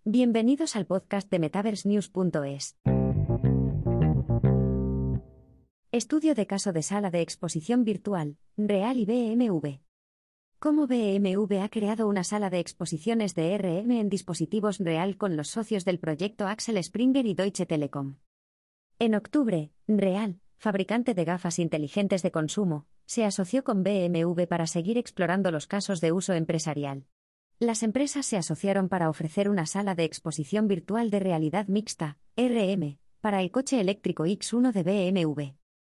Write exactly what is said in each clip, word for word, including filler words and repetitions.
Bienvenidos al podcast de Metaverse News punto es. Estudio de caso de sala de exposición virtual, Real y B M W. ¿Cómo B M W ha creado una sala de exposiciones de R M en dispositivos Real con los socios del proyecto Axel Springer y Deutsche Telekom? En octubre, Real, fabricante de gafas inteligentes de consumo, se asoció con B M W para seguir explorando los casos de uso empresarial. Las empresas se asociaron para ofrecer una sala de exposición virtual de realidad mixta, R M, para el coche eléctrico X uno de B M W.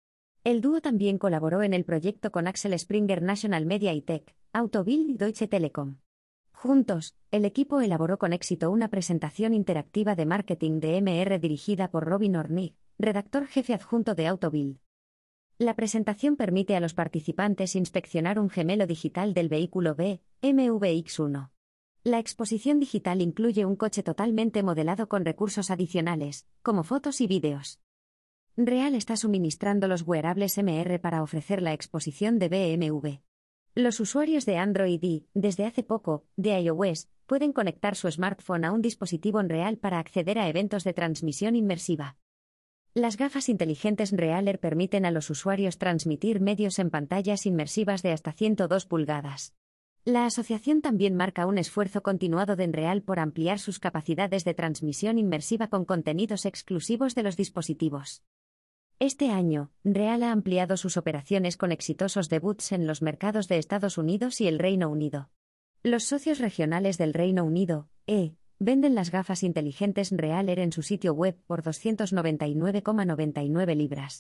El dúo también colaboró en el proyecto con Axel Springer National Media y Tech, Autobild y Deutsche Telekom. Juntos, el equipo elaboró con éxito una presentación interactiva de marketing de M R dirigida por Robin Ornig, redactor jefe adjunto de Autobild. La presentación permite a los participantes inspeccionar un gemelo digital del vehículo B M W X uno. La exposición digital incluye un coche totalmente modelado con recursos adicionales, como fotos y vídeos. Real está suministrando los wearables M R para ofrecer la exposición de B M W. Los usuarios de Android y, desde hace poco, de iOS, pueden conectar su smartphone a un dispositivo Real para acceder a eventos de transmisión inmersiva. Las gafas inteligentes Realer permiten a los usuarios transmitir medios en pantallas inmersivas de hasta ciento dos pulgadas. La asociación también marca un esfuerzo continuado de Real por ampliar sus capacidades de transmisión inmersiva con contenidos exclusivos de los dispositivos. Este año, Real ha ampliado sus operaciones con exitosos debuts en los mercados de Estados Unidos y el Reino Unido. Los socios regionales del Reino Unido, E, venden las gafas inteligentes Realer en su sitio web por doscientos noventa y nueve coma noventa y nueve libras.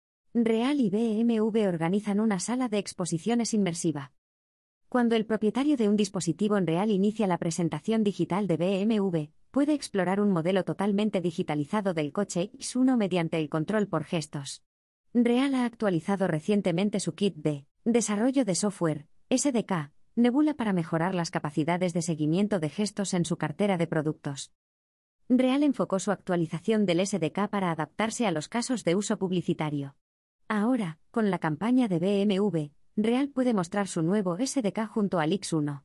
Real y B M W organizan una sala de exposiciones inmersiva. Cuando el propietario de un dispositivo Real inicia la presentación digital de B M W, puede explorar un modelo totalmente digitalizado del coche X uno mediante el control por gestos. Real ha actualizado recientemente su kit de desarrollo de software, S D K, Nebula para mejorar las capacidades de seguimiento de gestos en su cartera de productos. Real enfocó su actualización del S D K para adaptarse a los casos de uso publicitario. Ahora, con la campaña de B M W, Real puede mostrar su nuevo S D K junto al X uno.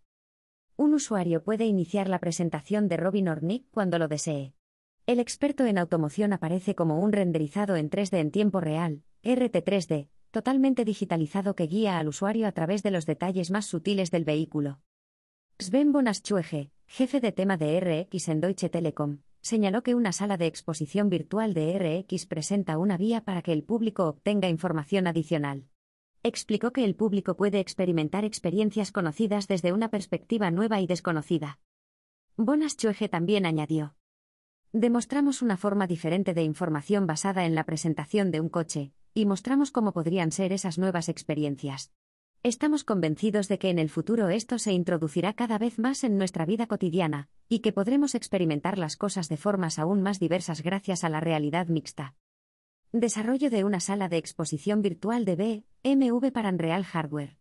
Un usuario puede iniciar la presentación de Robin Ornig cuando lo desee. El experto en automoción aparece como un renderizado en tres D en tiempo real, R T tres D, totalmente digitalizado que guía al usuario a través de los detalles más sutiles del vehículo. Sven Bonaschüge, jefe de tema de R X en Deutsche Telekom, señaló que una sala de exposición virtual de R X presenta una vía para que el público obtenga información adicional. Explicó que el público puede experimentar experiencias conocidas desde una perspectiva nueva y desconocida. Bonaschüge también añadió: demostramos una forma diferente de información basada en la presentación de un coche, y mostramos cómo podrían ser esas nuevas experiencias. Estamos convencidos de que en el futuro esto se introducirá cada vez más en nuestra vida cotidiana, y que podremos experimentar las cosas de formas aún más diversas gracias a la realidad mixta. Desarrollo de una sala de exposición virtual de B M W para Real Hardware.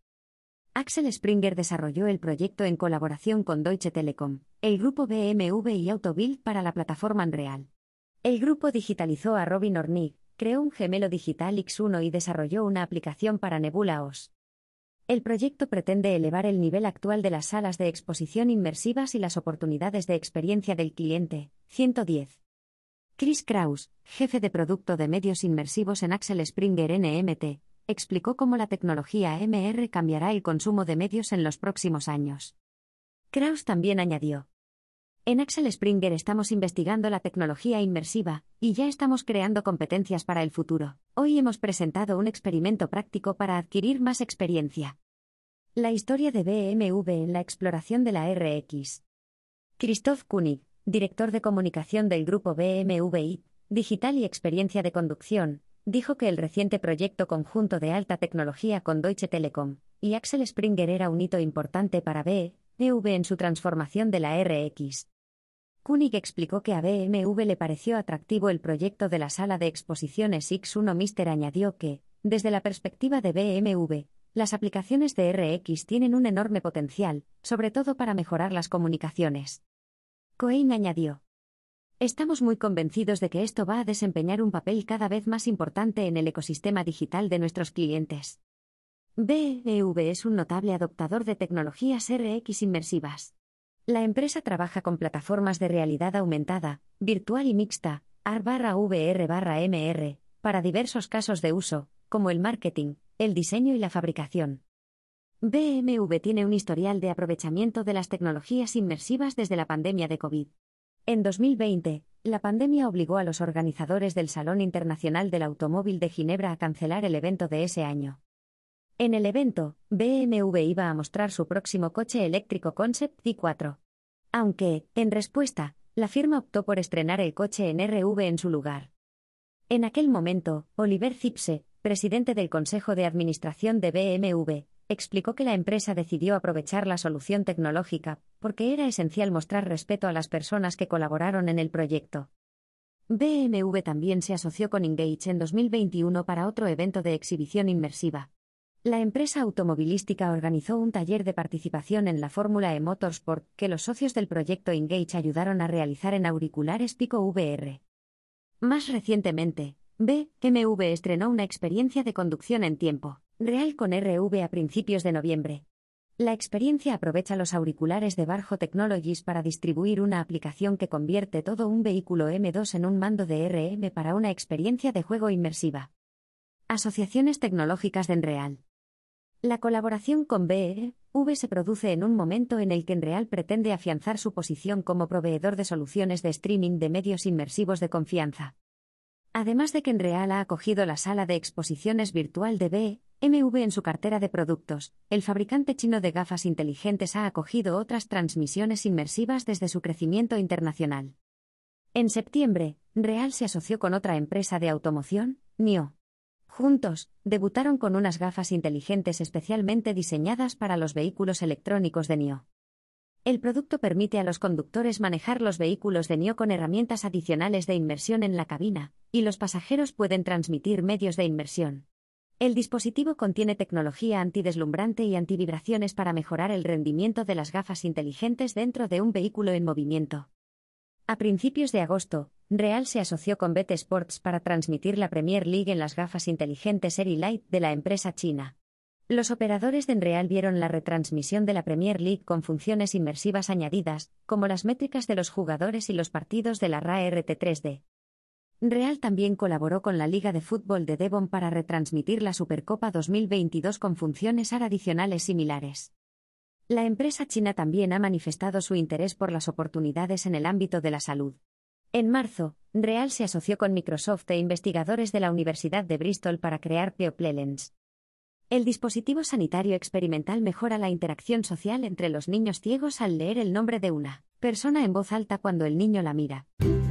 Axel Springer desarrolló el proyecto en colaboración con Deutsche Telekom, el grupo B M W y Autobild para la plataforma Real. El grupo digitalizó a Robin Ornig, creó un gemelo digital X uno y desarrolló una aplicación para Nebula O S. El proyecto pretende elevar el nivel actual de las salas de exposición inmersivas y las oportunidades de experiencia del cliente. ciento diez. Chris Kraus, jefe de producto de medios inmersivos en Axel Springer N M T, explicó cómo la tecnología M R cambiará el consumo de medios en los próximos años. Kraus también añadió: en Axel Springer estamos investigando la tecnología inmersiva, y ya estamos creando competencias para el futuro. Hoy hemos presentado un experimento práctico para adquirir más experiencia. La historia de B M W en la exploración de la R X. Christoph Kunig, director de comunicación del grupo B M W I, Digital y Experiencia de Conducción, dijo que el reciente proyecto conjunto de alta tecnología con Deutsche Telekom y Axel Springer era un hito importante para B M W en su transformación de la R X. Kunig explicó que a B M W le pareció atractivo el proyecto de la sala de exposiciones X uno. Mister añadió que, desde la perspectiva de B M W, las aplicaciones de R X tienen un enorme potencial, sobre todo para mejorar las comunicaciones. Cohen añadió: estamos muy convencidos de que esto va a desempeñar un papel cada vez más importante en el ecosistema digital de nuestros clientes. B M W es un notable adoptador de tecnologías R X inmersivas. La empresa trabaja con plataformas de realidad aumentada, virtual y mixta, A R/V R/M R, para diversos casos de uso, como el marketing, el diseño y la fabricación. B M W tiene un historial de aprovechamiento de las tecnologías inmersivas desde la pandemia de COVID. En dos mil veinte, la pandemia obligó a los organizadores del Salón Internacional del Automóvil de Ginebra a cancelar el evento de ese año. En el evento, B M W iba a mostrar su próximo coche eléctrico Concept i cuatro. Aunque, en respuesta, la firma optó por estrenar el coche en R V en su lugar. En aquel momento, Oliver Zipse, presidente del Consejo de Administración de B M W, explicó que la empresa decidió aprovechar la solución tecnológica, porque era esencial mostrar respeto a las personas que colaboraron en el proyecto. B M W también se asoció con Engage en dos mil veintiuno para otro evento de exhibición inmersiva. La empresa automovilística organizó un taller de participación en la Fórmula E Motorsport que los socios del proyecto Engage ayudaron a realizar en auriculares Pico V R. Más recientemente, B M W estrenó una experiencia de conducción en tiempo real con R V a principios de noviembre. La experiencia aprovecha los auriculares de Barjo Technologies para distribuir una aplicación que convierte todo un vehículo M dos en un mando de R M para una experiencia de juego inmersiva. Asociaciones tecnológicas de Enreal. La colaboración con B M W se produce en un momento en el que Enreal pretende afianzar su posición como proveedor de soluciones de streaming de medios inmersivos de confianza. Además de que Enreal ha acogido la sala de exposiciones virtual de B M W en su cartera de productos, el fabricante chino de gafas inteligentes ha acogido otras transmisiones inmersivas desde su crecimiento internacional. En septiembre, Enreal se asoció con otra empresa de automoción, NIO. Juntos, debutaron con unas gafas inteligentes especialmente diseñadas para los vehículos electrónicos de NIO. El producto permite a los conductores manejar los vehículos de NIO con herramientas adicionales de inmersión en la cabina, y los pasajeros pueden transmitir medios de inmersión. El dispositivo contiene tecnología antideslumbrante y antivibraciones para mejorar el rendimiento de las gafas inteligentes dentro de un vehículo en movimiento. A principios de agosto, Enreal se asoció con B T Sports para transmitir la Premier League en las gafas inteligentes Eri Light de la empresa china. Los operadores de Enreal vieron la retransmisión de la Premier League con funciones inmersivas añadidas, como las métricas de los jugadores y los partidos de la R A R T tres D. Enreal también colaboró con la Liga de Fútbol de Devon para retransmitir la Supercopa dos mil veintidós con funciones A R adicionales similares. La empresa china también ha manifestado su interés por las oportunidades en el ámbito de la salud. En marzo, Enreal se asoció con Microsoft e investigadores de la Universidad de Bristol para crear PeopleLens. El dispositivo sanitario experimental mejora la interacción social entre los niños ciegos al leer el nombre de una persona en voz alta cuando el niño la mira.